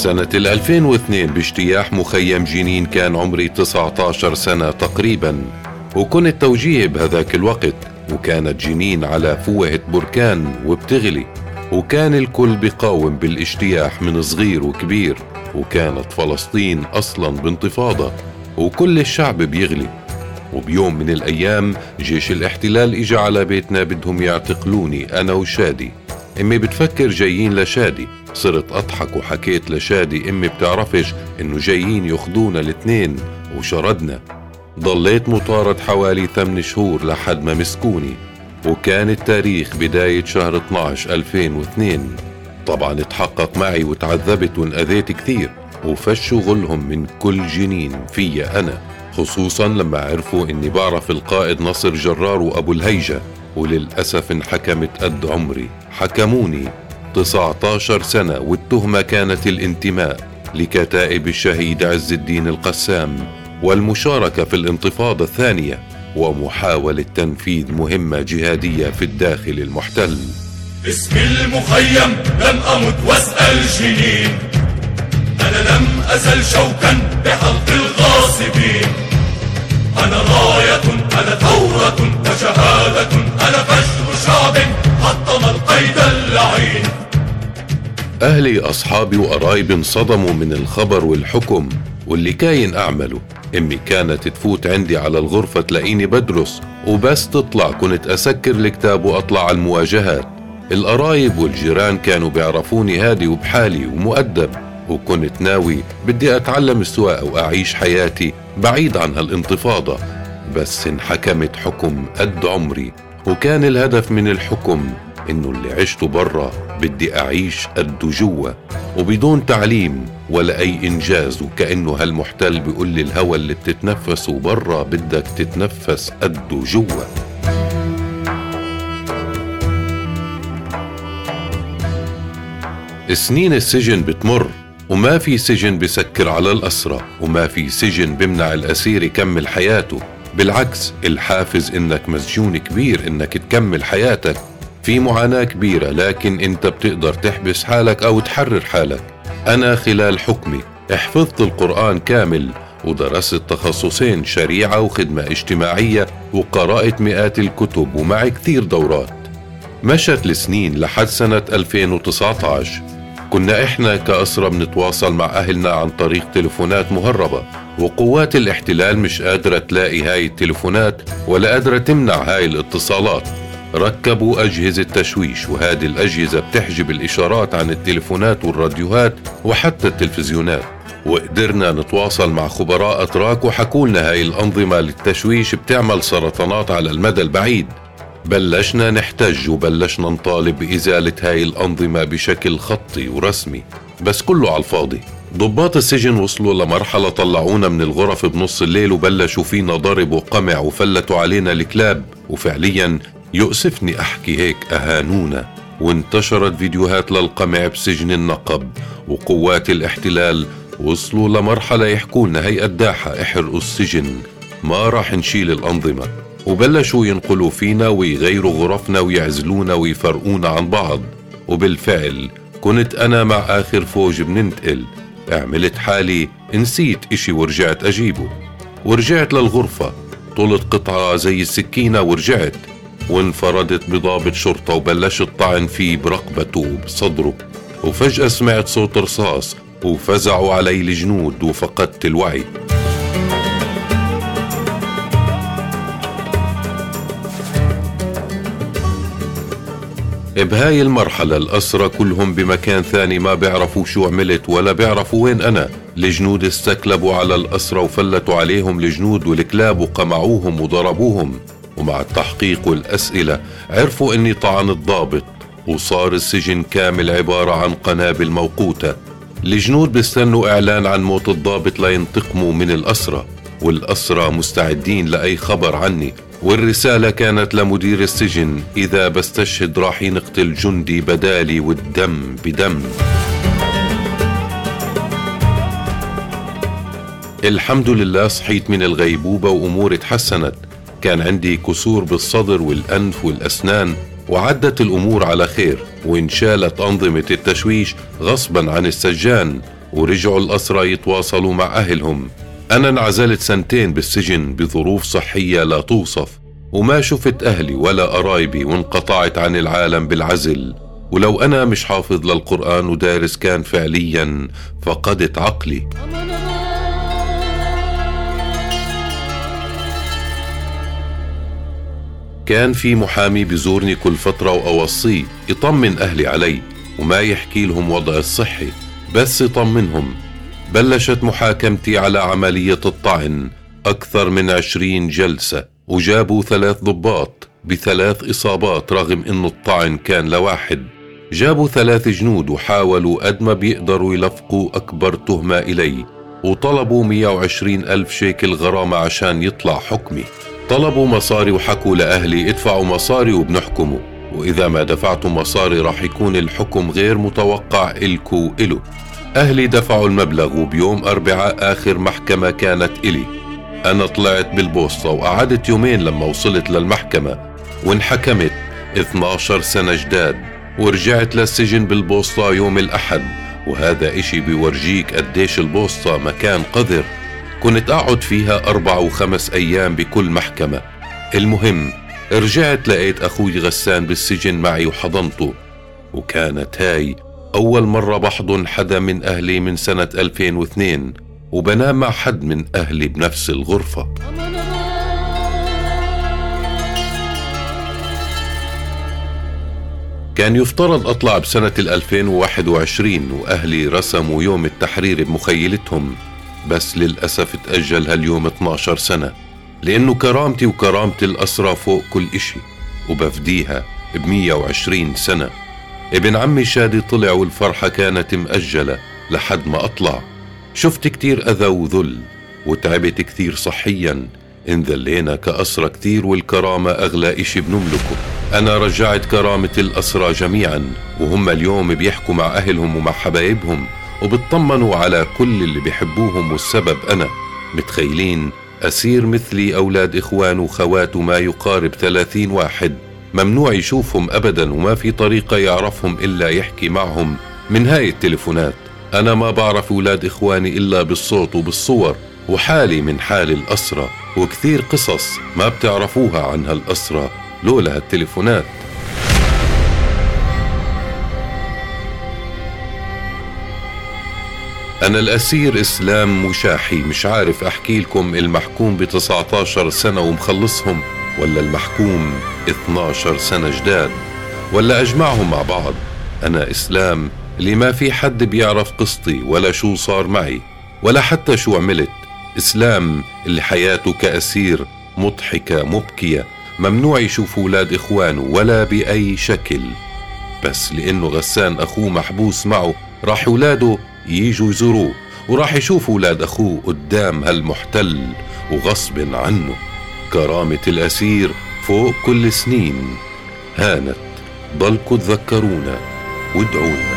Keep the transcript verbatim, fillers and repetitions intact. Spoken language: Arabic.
سنة ألفين واثنين باجتياح مخيم جنين كان عمري تسعة عشر سنة تقريبا، وكنت توجيهي بهذاك الوقت، وكانت جنين على فوهة بركان وبتغلي، وكان الكل بيقاوم بالاجتياح من صغير وكبير، وكانت فلسطين أصلا بانتفاضة وكل الشعب بيغلي. وبيوم من الأيام جيش الاحتلال إجا على بيتنا بدهم يعتقلوني أنا وشادي. أمي بتفكر جايين لشادي، صرت أضحك وحكيت لشادي أمي بتعرفش إنه جايين ياخدونا الاثنين، وشردنا. ضليت مطارد حوالي ثمان شهور لحد ما مسكوني، وكان التاريخ بداية شهر اثناشر ألفين واثنين. طبعا اتحقق معي وتعذبت وانأذيت كثير، وفشوا غلهم من كل جنين فيا أنا، خصوصا لما عرفوا إني بعرف القائد نصر جرار وأبو الهيجة، وللأسف انحكمت قد عمري. حكموني تسعة عشر سنة، والتهمة كانت الانتماء لكتائب الشهيد عز الدين القسام، والمشاركة في الانتفاضة الثانية، ومحاولة تنفيذ مهمة جهادية في الداخل المحتل. اسم المخيم لم أمت واسأل جنين، أنا لم أزل شوكا بحلق الغاصبين، أنا راية، أنا ثورة وشهادة، أنا فجر شعب حطم القيد اللعين. أهلي أصحابي وقرايبي انصدموا من الخبر والحكم واللي كاين أعمله. أمي كانت تفوت عندي على الغرفة تلاقيني بدرس، وبس تطلع كنت أسكر الكتاب وأطلع على المواجهات. القرايب والجيران كانوا بيعرفوني هادي وبحالي ومؤدب، وكنت ناوي بدي أتعلم السواقة وأعيش حياتي بعيد عن هالانتفاضة. بس انحكمت حكم قد عمري، وكان الهدف من الحكم إنه اللي عشته برا بدي أعيش قده جوا، وبدون تعليم ولا أي إنجاز، وكأنه هالمحتل بيقول لي الهوى اللي بتتنفسه برا بدك تتنفس قده جوا. سنين السجن بتمر، وما في سجن بسكر على الأسرى، وما في سجن بمنع الأسير يكمل حياته. بالعكس، الحافز إنك مسجون كبير إنك تكمل حياتك. في معاناة كبيرة، لكن انت بتقدر تحبس حالك او تحرر حالك. انا خلال حكمي حفظت القرآن كامل، ودرست تخصصين، شريعة وخدمة اجتماعية، وقرأت مئات الكتب، ومع كثير دورات. مشت السنين لحد سنة ألفين وتسعة عشر. كنا احنا كأسرى بنتواصل مع اهلنا عن طريق تلفونات مهربة، وقوات الاحتلال مش قادرة تلاقي هاي التلفونات ولا قادرة تمنع هاي الاتصالات. ركبوا أجهزة تشويش، وهذه الأجهزة بتحجب الإشارات عن التلفونات والراديوهات وحتى التلفزيونات. وقدرنا نتواصل مع خبراء أتراك وحكولنا هاي الأنظمة للتشويش بتعمل سرطانات على المدى البعيد. بلشنا نحتج وبلشنا نطالب بإزالة هاي الأنظمة بشكل خطي ورسمي، بس كله على الفاضي. ضباط السجن وصلوا لمرحلة طلعونا من الغرف بنص الليل وبلشوا فينا ضرب وقمع وفلتوا علينا الكلاب، وفعليا يؤسفني أحكي هيك أهانونا. وانتشرت فيديوهات للقمع بسجن النقب، وقوات الاحتلال وصلوا لمرحلة يحكولنا هي قداحة احرقوا السجن، ما راح نشيل الأنظمة. وبلشوا ينقلوا فينا ويغيروا غرفنا ويعزلونا ويفرقونا عن بعض. وبالفعل كنت أنا مع آخر فوج بننتقل، عملت حالي نسيت إشي ورجعت أجيبه. ورجعت للغرفة، طلت قطعة زي السكينة ورجعت، وانفردت بضابط شرطة وبلشت طعن فيه برقبته وبصدره. وفجأة سمعت صوت رصاص وفزعوا علي الجنود وفقدت الوعي. بهاي المرحلة الأسرى كلهم بمكان ثاني، ما بيعرفوا شو عملت ولا بيعرفوا وين أنا. الجنود استكلبوا على الأسرى وفلتوا عليهم الجنود والكلاب وقمعوهم وضربوهم. ومع التحقيق والأسئلة عرفوا أني طعن الضابط، وصار السجن كامل عبارة عن قنابل موقوتة. الجنود بيستنوا إعلان عن موت الضابط لينتقموا من الأسرى، والأسرى مستعدين لأي خبر عني. والرسالة كانت لمدير السجن: إذا بستشهد راح ينقتل جندي بدالي والدم بدم. الحمد لله صحيت من الغيبوبة وأموري تحسنت. كان عندي كسور بالصدر والأنف والأسنان، وعدت الأمور على خير، وانشالت أنظمة التشويش غصبا عن السجان. ورجعوا الأسرى يتواصلوا مع أهلهم. أنا انعزلت سنتين بالسجن بظروف صحية لا توصف، وما شفت أهلي ولا قرايبي، وانقطعت عن العالم بالعزل. ولو أنا مش حافظ للقرآن ودارس كان فعليا فقدت عقلي. كان في محامي بيزورني كل فترة وأوصيه يطمن أهلي علي وما يحكي لهم وضع الصحي، بس يطمنهم. بلشت محاكمتي على عملية الطعن، أكثر من عشرين جلسة، وجابوا ثلاث ضباط بثلاث إصابات رغم إنه الطعن كان لواحد. جابوا ثلاث جنود وحاولوا قد ما بيقدروا يلفقوا أكبر تهمة إلي، وطلبوا مية وعشرين ألف شيكل غرامة عشان يطلع حكمي. طلبوا مصاري وحكوا لأهلي ادفعوا مصاري وبنحكموا، وإذا ما دفعتوا مصاري راح يكون الحكم غير متوقع إلكو إلو. أهلي دفعوا المبلغ، وبيوم أربعاء آخر محكمة كانت إلي. أنا طلعت بالبوسطة وقعدت يومين لما وصلت للمحكمة، وانحكمت اثناشر سنة جداد، ورجعت للسجن بالبوسطة يوم الأحد. وهذا إشي بيورجيك قديش البوسطة مكان قذر، كنت أقعد فيها أربع وخمس أيام بكل محكمة. المهم رجعت لقيت أخوي غسان بالسجن معي وحضنته، وكانت هاي أول مرة بحضن حدا من أهلي من سنة ألفين واثنين، وبنام مع حد من أهلي بنفس الغرفة. كان يفترض أطلع بسنة الألفين وواحد وعشرين، وأهلي رسموا يوم التحرير بمخيلتهم، بس للأسف تأجل هاليوم اثناشر سنة، لأنه كرامتي وكرامة الأسرى فوق كل إشي، وبفديها بمية وعشرين سنة. ابن عمي شادي طلع والفرحة كانت مأجلة لحد ما أطلع. شفت كتير أذى وذل، وتعبت كتير صحيا، انذلينا كأسرى كتير، والكرامة أغلى إشي بنملكه. أنا رجعت كرامة الأسرى جميعا، وهم اليوم بيحكوا مع أهلهم ومع حبايبهم، وبتطمنوا على كل اللي بيحبوهم، والسبب أنا. متخيلين أسير مثلي أولاد إخوان وخوات ما يقارب ثلاثين واحد ممنوع يشوفهم أبدا، وما في طريقة يعرفهم إلا يحكي معهم من هاي التليفونات. أنا ما بعرف أولاد إخواني إلا بالصوت وبالصور، وحالي من حال الأسرى، وكثير قصص ما بتعرفوها عن هالأسرى لولا هالتليفونات. أنا الأسير إسلام مشاحي، مش عارف أحكي لكم المحكوم ب تسعة عشر سنة ومخلصهم، ولا المحكوم اثناشر سنة جداد، ولا أجمعهم مع بعض. أنا إسلام اللي ما في حد بيعرف قصتي ولا شو صار معي ولا حتى شو عملت. إسلام اللي حياته كأسير مضحكة مبكية، ممنوع يشوف أولاد إخوانه ولا بأي شكل، بس لأنه غسان أخوه محبوس معه راح أولاده ييجوا يزوروه، وراح يشوفوا أولاد أخوه قدام هالمحتل وغصب عنه. كرامة الأسير فوق كل سنين. هانت، ضلكوا تذكرونا وادعونا.